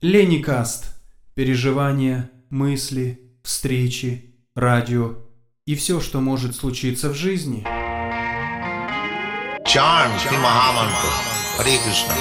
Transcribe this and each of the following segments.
Леникаст. Переживания, мысли, встречи, радио и все, что может случиться в жизни. Charm Shri Mahamantra. Hare Krishna.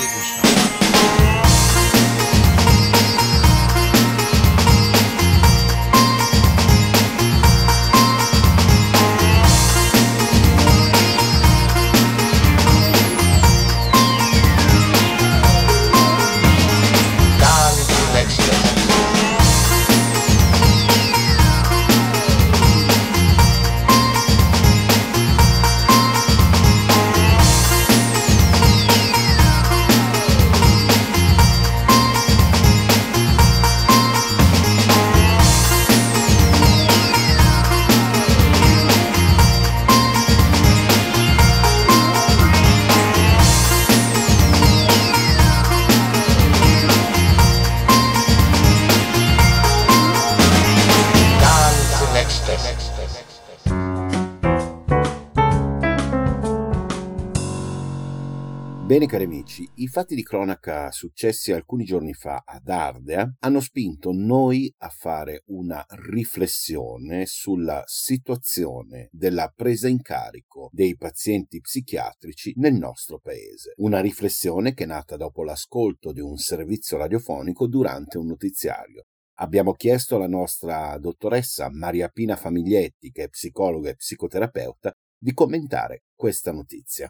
Bene cari amici, i fatti di cronaca successi alcuni giorni fa ad Ardea hanno spinto noi a fare una riflessione sulla situazione della presa in carico dei pazienti psichiatrici nel nostro paese. Una riflessione che è nata dopo l'ascolto di un servizio radiofonico durante un notiziario. Abbiamo chiesto alla nostra dottoressa Maria Pina Famiglietti, che è psicologa e psicoterapeuta, di commentare questa notizia.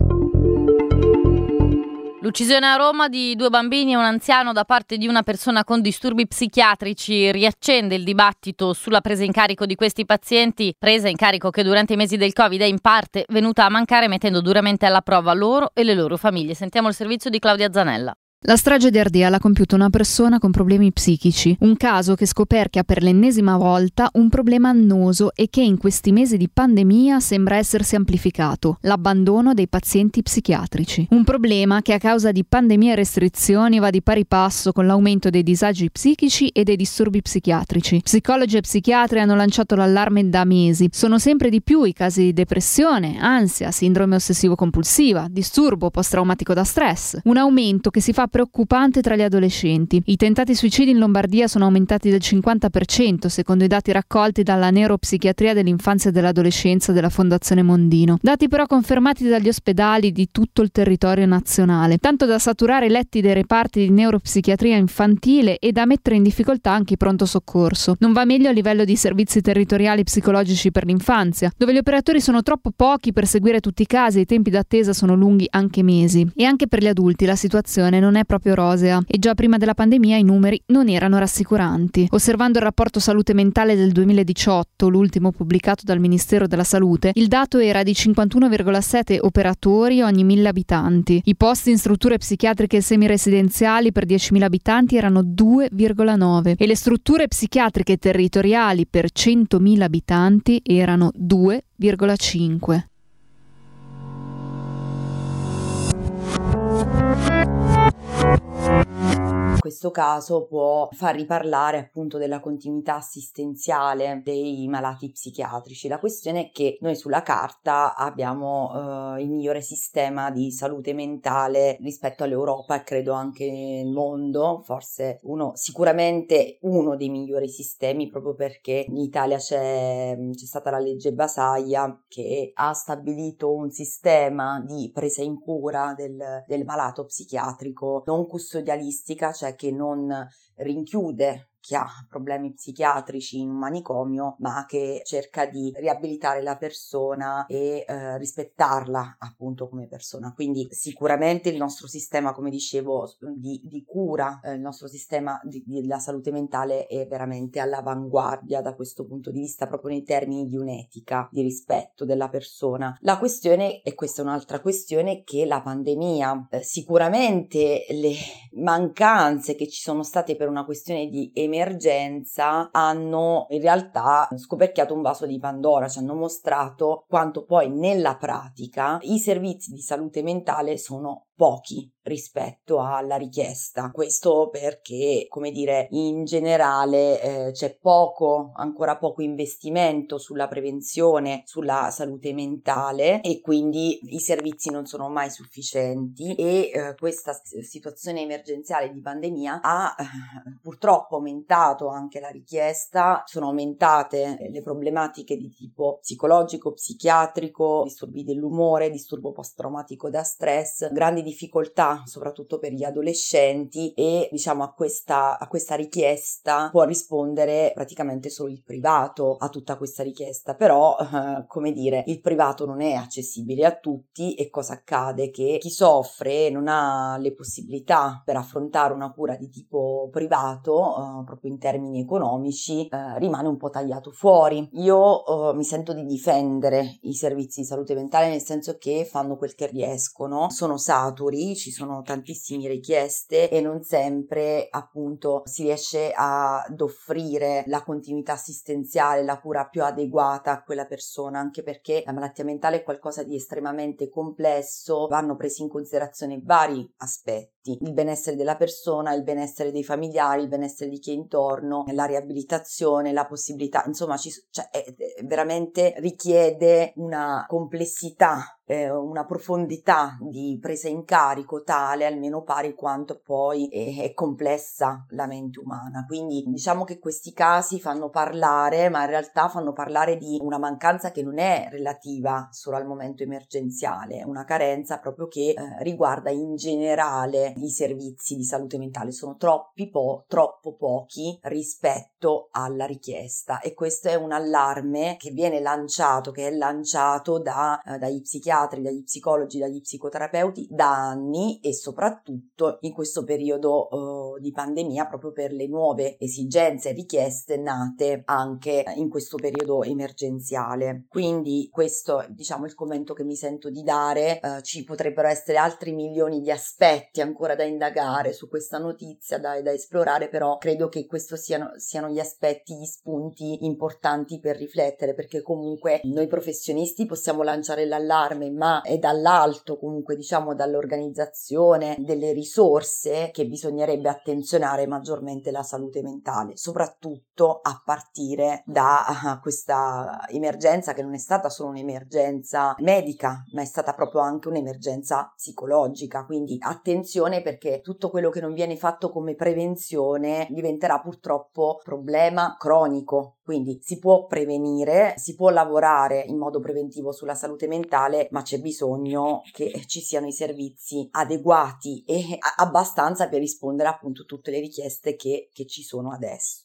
L'uccisione a Roma di 2 bambini e un anziano da parte di una persona con disturbi psichiatrici riaccende il dibattito sulla presa in carico di questi pazienti, presa in carico che durante i mesi del Covid è in parte venuta a mancare, mettendo duramente alla prova loro e le loro famiglie. Sentiamo il servizio di Claudia Zanella. La strage di Ardea l'ha compiuta una persona con problemi psichici, un caso che scoperchia per l'ennesima volta un problema annoso e che in questi mesi di pandemia sembra essersi amplificato: l'abbandono dei pazienti psichiatrici. Un problema che a causa di pandemia e restrizioni va di pari passo con l'aumento dei disagi psichici e dei disturbi psichiatrici. Psicologi e psichiatri hanno lanciato l'allarme da mesi. Sono sempre di più i casi di depressione, ansia, sindrome ossessivo-compulsiva, disturbo post-traumatico da stress. Un aumento che si fa preoccupante tra gli adolescenti. I tentati suicidi in Lombardia sono aumentati del 50% secondo i dati raccolti dalla neuropsichiatria dell'infanzia e dell'adolescenza della Fondazione Mondino. Dati però confermati dagli ospedali di tutto il territorio nazionale, tanto da saturare i letti dei reparti di neuropsichiatria infantile e da mettere in difficoltà anche i pronto soccorso. Non va meglio a livello di servizi territoriali psicologici per l'infanzia, dove gli operatori sono troppo pochi per seguire tutti i casi e i tempi d'attesa sono lunghi anche mesi. E anche per gli adulti la situazione non è proprio rosea e già prima della pandemia i numeri non erano rassicuranti. Osservando il rapporto salute mentale del 2018, l'ultimo pubblicato dal Ministero della Salute, il dato era di 51,7 operatori ogni 1.000 abitanti. I posti in strutture psichiatriche semiresidenziali per 10.000 abitanti erano 2,9 e le strutture psichiatriche territoriali per 100.000 abitanti erano 2,5. Questo caso può far riparlare appunto della continuità assistenziale dei malati psichiatrici. La questione è che noi sulla carta abbiamo il migliore sistema di salute mentale rispetto all'Europa e credo anche nel mondo, forse sicuramente uno dei migliori sistemi, proprio perché in Italia c'è stata la legge Basaglia che ha stabilito un sistema di presa in cura del malato psichiatrico non custodialistica, cioè che non rinchiude chi ha problemi psichiatrici in un manicomio, ma che cerca di riabilitare la persona e rispettarla appunto come persona. Quindi sicuramente il nostro sistema, come dicevo, di cura, il nostro sistema della salute mentale è veramente all'avanguardia da questo punto di vista, proprio nei termini di un'etica, di rispetto della persona. La questione, e questa è un'altra questione, che la pandemia, sicuramente le mancanze che ci sono state per una questione di emergenza hanno in realtà scoperchiato un vaso di Pandora, ci hanno mostrato quanto poi nella pratica i servizi di salute mentale sono pochi rispetto alla richiesta. Questo perché, come dire, in generale c'è ancora poco investimento sulla prevenzione, sulla salute mentale, e quindi i servizi non sono mai sufficienti, e questa situazione emergenziale di pandemia ha purtroppo aumentato anche la richiesta. Sono aumentate le problematiche di tipo psicologico, psichiatrico, disturbi dell'umore, disturbo post-traumatico da stress, grandi difficoltà soprattutto per gli adolescenti, e diciamo a questa richiesta può rispondere praticamente solo il privato a tutta questa richiesta. Però come dire, il privato non è accessibile a tutti, e cosa accade? Che chi soffre non ha le possibilità per affrontare una cura di tipo privato, proprio in termini economici, rimane un po' tagliato fuori. Io mi sento di difendere i servizi di salute mentale, nel senso che fanno quel che riescono, sono saturi, ci sono tantissime richieste e non sempre appunto si riesce ad offrire la continuità assistenziale, la cura più adeguata a quella persona, anche perché la malattia mentale è qualcosa di estremamente complesso, vanno presi in considerazione vari aspetti: il benessere della persona, il benessere dei familiari, il benessere di chi è intorno, la riabilitazione, la possibilità, insomma veramente richiede una complessità, una profondità di presa in carico tale, almeno pari quanto poi è complessa la mente umana. Quindi diciamo che questi casi fanno parlare, ma in realtà fanno parlare di una mancanza che non è relativa solo al momento emergenziale, è una carenza proprio che riguarda in generale i servizi di salute mentale. Sono troppo pochi rispetto alla richiesta, e questo è un allarme che è lanciato dagli psichiatri, dagli psicologi, dagli psicoterapeuti da anni, e soprattutto in questo periodo di pandemia, proprio per le nuove esigenze e richieste nate anche in questo periodo emergenziale. Quindi questo è, diciamo, il commento che mi sento di dare. Ci potrebbero essere altri milioni di aspetti ancora da indagare su questa notizia, da esplorare, però credo che questo siano gli aspetti, gli spunti importanti per riflettere, perché comunque noi professionisti possiamo lanciare l'allarme, ma è dall'alto, comunque diciamo dall'organizzazione delle risorse, che bisognerebbe attenzionare maggiormente la salute mentale, soprattutto a partire da questa emergenza, che non è stata solo un'emergenza medica, ma è stata proprio anche un'emergenza psicologica. Quindi attenzione, perché tutto quello che non viene fatto come prevenzione diventerà purtroppo problema cronico. Quindi si può prevenire, si può lavorare in modo preventivo sulla salute mentale, ma c'è bisogno che ci siano i servizi adeguati e abbastanza per rispondere appunto a tutte le richieste che ci sono adesso.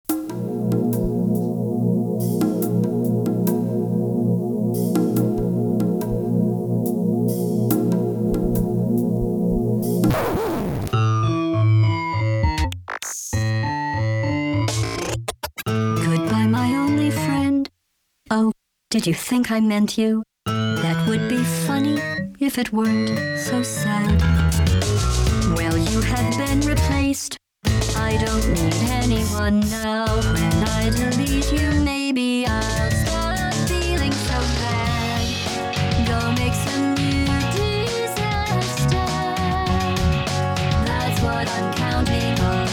Goodbye, my only friend. Oh, did you think I meant you? That would be funny if it weren't so sad. Well, you have been replaced. I don't need anyone now. When I delete you, maybe I'll stop feeling so bad. Go make some new disaster. That's what I'm counting on.